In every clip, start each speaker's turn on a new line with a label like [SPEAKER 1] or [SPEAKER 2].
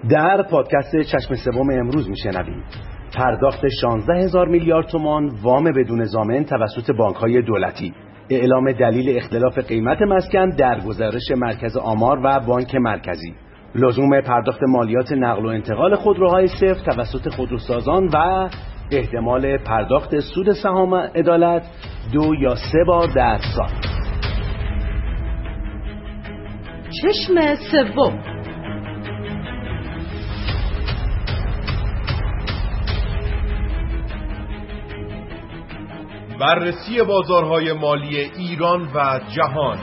[SPEAKER 1] در پادکست چشم سوم امروز میشنویم پرداخت 16,000 میلیارد تومان وام بدون ضامن توسط بانک‌های دولتی، اعلام دلیل اختلاف قیمت مسکن در گزارش مرکز آمار و بانک مرکزی، لزوم پرداخت مالیات نقل و انتقال خودروهای صفر توسط خودروسازان و احتمال پرداخت سود سهام عدالت 2 یا 3 بار در سال.
[SPEAKER 2] چشم سوم.
[SPEAKER 3] بررسی بازارهای مالی ایران و جهان.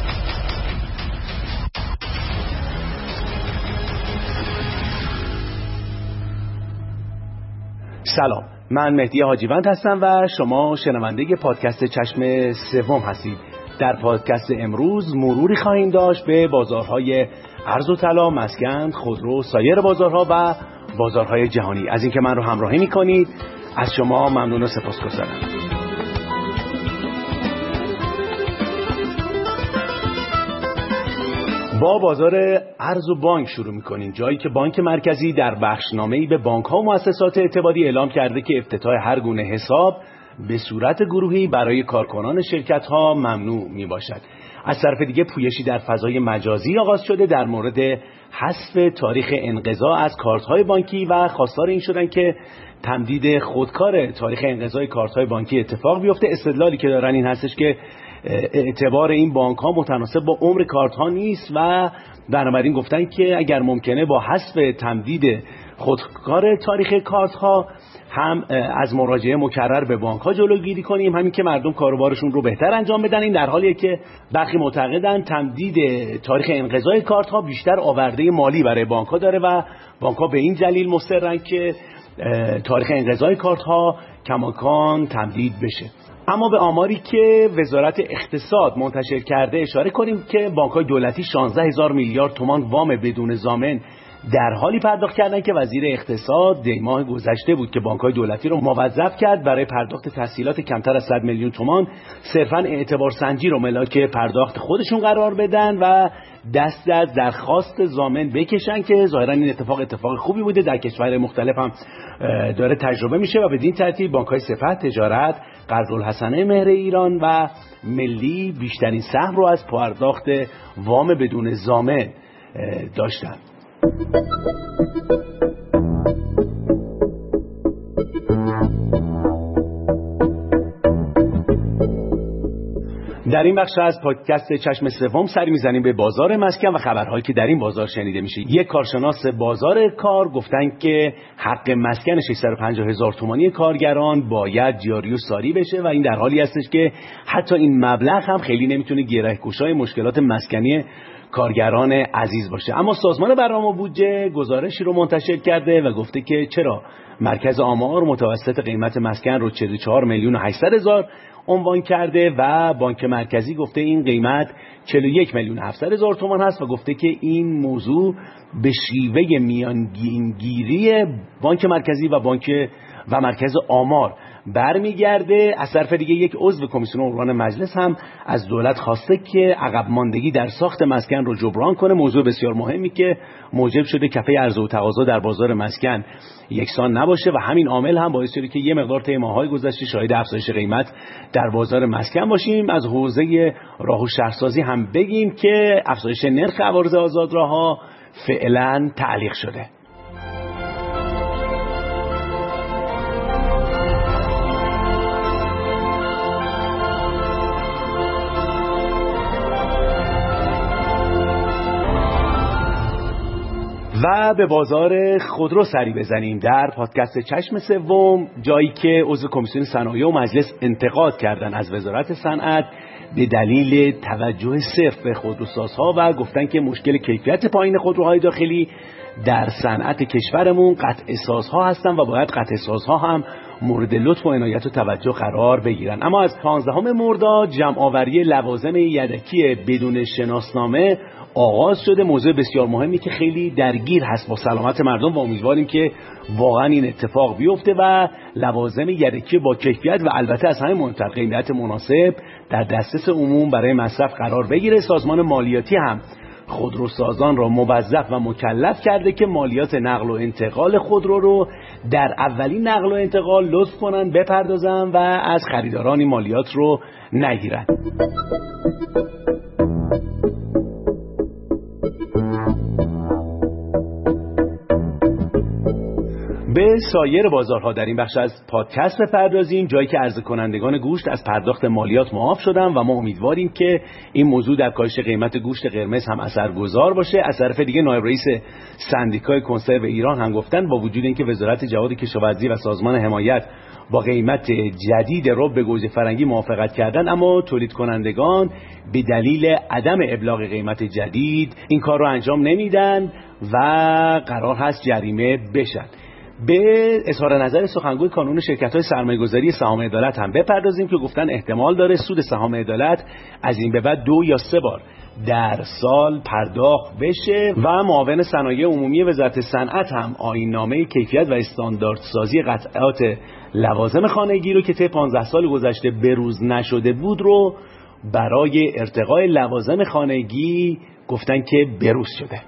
[SPEAKER 1] سلام، من مهدی حاجیوند هستم و شما شنونده پادکست چشم سوم هستید. در پادکست امروز مروری خواهیم داشت به بازارهای ارز و طلا، مسکن، خودرو، سایر بازارها و بازارهای جهانی. از اینکه من رو همراهی می‌کنید از شما ممنون و سپاسگزارم. با بازار ارز و بانک شروع می‌کنیم، جایی که بانک مرکزی در بخشنامه‌ای به بانک‌ها و مؤسسات اعتباری اعلام کرده که افتتاح هر گونه حساب به صورت گروهی برای کارکنان شرکت‌ها ممنوع میباشد. از طرف دیگه پویشی در فضای مجازی آغاز شده در مورد حذف تاریخ انقضا از کارت‌های بانکی و خواستار این شدن که تمدید خودکار تاریخ انقضای کارت‌های بانکی اتفاق بیفته. استدلالی که دارن این هستش که اعتبار این بانک‌ها متناسب با عمر کارت‌ها نیست و بنابراین گفتن که اگر ممکنه با حذف تمدید خودکار تاریخ کارت‌ها هم از مراجعه مکرر به بانک‌ها جلوگیری کنیم، همین که مردم کاروبارشون رو بهتر انجام بدن. این در حالیه که برخی معتقدن تمدید تاریخ انقضای کارت‌ها بیشتر آورده مالی برای بانک‌ها داره و بانک‌ها به این دلیل مصرن که تاریخ انقضای کارت‌ها کماکان تمدید بشه. اما به آماری که وزارت اقتصاد منتشر کرده اشاره کنیم که بانک‌های دولتی 16,000 میلیارد تومان وام بدون ضامن در حالی پرداخت کردن که وزیر اقتصاد دی ماه گذشته بود که بانک‌های دولتی رو موظف کرد برای پرداخت تسهیلات کمتر از 100 میلیون تومان صرفاً اعتبار سنجی رو ملاک پرداخت خودشون قرار بدن و دست از درخواست ضامن بکشن، که ظاهراً این اتفاق خوبی بوده، در کشورهای مختلف هم داره تجربه میشه و بدین ترتیب بانک‌های سپه، تجارت، قرض‌الحسنه مهر ایران و ملی بیشترین سهم رو از پرداخت وام بدون ضامن داشتن. در این بخش از پادکست چشم سوم سری میزنیم به بازار مسکن و خبرهایی که در این بازار شنیده میشه. یک کارشناس بازار کار گفتن که حق مسکن 650,000 تومانی کارگران باید جاری و ساری بشه و این در حالی هستش که حتی این مبلغ هم خیلی نمیتونه گره‌گشای مشکلات مسکنی کارگران عزیز باشه. اما سازمان برنامه و بودجه گزارشی رو منتشر کرده و گفته که چرا مرکز آمار متوسط قیمت مسکن رو 44,800,000 عنوان کرده و بانک مرکزی گفته این قیمت 41,700,000 تومان هست و گفته که این موضوع به شیوه میانگینگیری بانک مرکزی و مرکز آمار برمیگرده. از طرف دیگه یک عضو کمیسیون عمران مجلس هم از دولت خواسته که عقب ماندگی در ساخت مسکن رو جبران کنه، موضوع بسیار مهمی که موجب شده کفه عرضه و تقاضا در بازار مسکن یکسان نباشه و همین عامل هم باعث شده که یه مقدار طی ماه‌های گذشته شاهد افزایش قیمت در بازار مسکن باشیم. از حوزه راه و شهرسازی هم بگیم که افزایش نرخ عوارض آزادراه‌ها فعلا تعلیق شده. و به بازار خودرو سری بزنیم در پادکست چشم سوم، جایی که عضو کمیسیون صنایع و مجلس انتقاد کردن از وزارت صنعت به دلیل توجه صرف به خودروسازها و گفتن که مشکل کیفیت پایین خودروهای داخلی در صنعت کشورمون قطع سازها هستن و باید قطع سازها هم مورد لطف و عنایت و توجه قرار بگیرن. اما از 15 مرداد جمع‌آوری لوازم یدکی بدون شناسنامه آغاز شده، موضوع بسیار مهمی که خیلی درگیر هست با سلامت مردم و امیدواریم که واقعا این اتفاق بیفته و لوازم یدکی با کیفیت و البته از همه مهمتر قیمت مناسب در دسترس عموم برای مصرف قرار بگیره. سازمان مالیاتی هم خودروسازان را موظف و مکلف کرده که مالیات نقل و انتقال خودرو رو در اولین نقل و انتقال لطف کنن بپردازن و از خریداران این مالیات رو نگیرن. به سایر بازارها در این بخش از پادکست بپردازیم، جایی که عرضه کنندگان گوشت از پرداخت مالیات معاف شدن و ما امیدواریم که این موضوع در کاهش قیمت گوشت قرمز هم اثرگذار باشه. از طرف دیگه نایب رئیس سندیکای کنسرو ایران هم گفتن با وجود اینکه وزارت جهاد کشاورزی و سازمان حمایت با قیمت جدید رب گوجه فرنگی موافقت کردن، اما تولید کنندگان به دلیل عدم ابلاغ قیمت جدید این کار رو انجام نمیدن و قرار هست جریمه بشن. به اظهار نظر سخنگوی کانون شرکت‌های سرمایه‌گذاری سهام عدالت هم بپردازیم که گفتن احتمال داره سود سهام عدالت از این به بعد 2 یا 3 بار در سال پرداخت بشه. و معاون صنایع عمومی وزارت صنعت هم آیین‌نامه کیفیت و استانداردسازی قطعات لوازم خانگی رو که طی 15 سال گذشته بروز نشده بود رو برای ارتقای لوازم خانگی گفتن که بروز شده.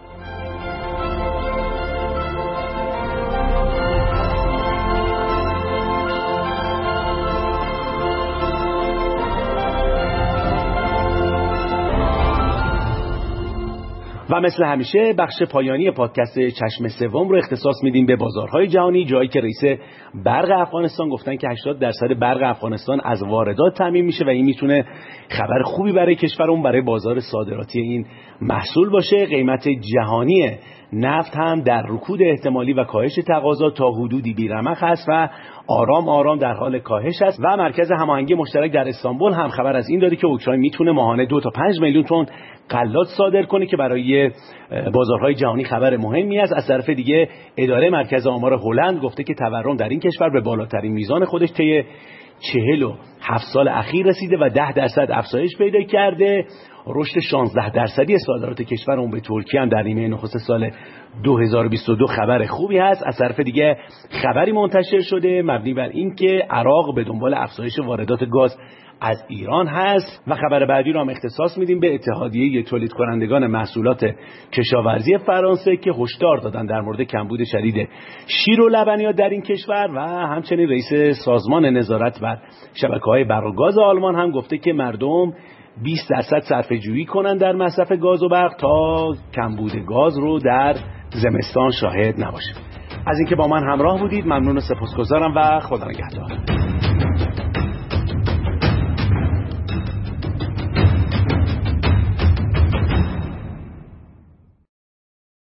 [SPEAKER 1] و مثل همیشه بخش پایانی پادکست چشم سوم رو اختصاص میدیم به بازارهای جهانی، جایی که رئیس برق افغانستان گفتن که 80% برق افغانستان از واردات تامین میشه و این میتونه خبر خوبی برای کشورمون برای بازار صادراتی این محصول باشه. قیمت جهانی نفت هم در رکود احتمالی و کاهش تقاضا تا حدودی بیرمق هست و آرام آرام در حال کاهش است. و مرکز هماهنگی مشترک در استانبول هم خبر از این داده که اوکراین میتونه ماهانه 2 تا 5 میلیون تن غلات صادر کنه که برای بازارهای جهانی خبر مهمی است. از طرف دیگه اداره مرکز آمار هلند گفته که تورم در این کشور به بالاترین میزان خودش طی 47 سال اخیر رسیده و 10% افزایش پیدا کرده. رشد 16% صادرات کشورمون به ترکیه هم در نیمه نخست سال 2022 خبر خوبی هست. از طرف دیگه خبری منتشر شده مبنی بر این که عراق به دنبال افزایش واردات گاز از ایران هست. و خبر بعدی رو هم اختصاص میدیم به اتحادیه تولید کنندگان محصولات کشاورزی فرانسه که هشدار دادن در مورد کمبود شدید شیر و لبنیات در این کشور. و همچنین رئیس سازمان نظارت بر شبکه‌های برق و گاز آلمان هم گفته که مردم 20% صرفه‌جویی کنن در مصرف گاز و برق تا کمبود گاز رو در زمستان شاهد نباشه. از اینکه با من همراه بودید ممنون و سپاسگزارم و خدا نگهدار.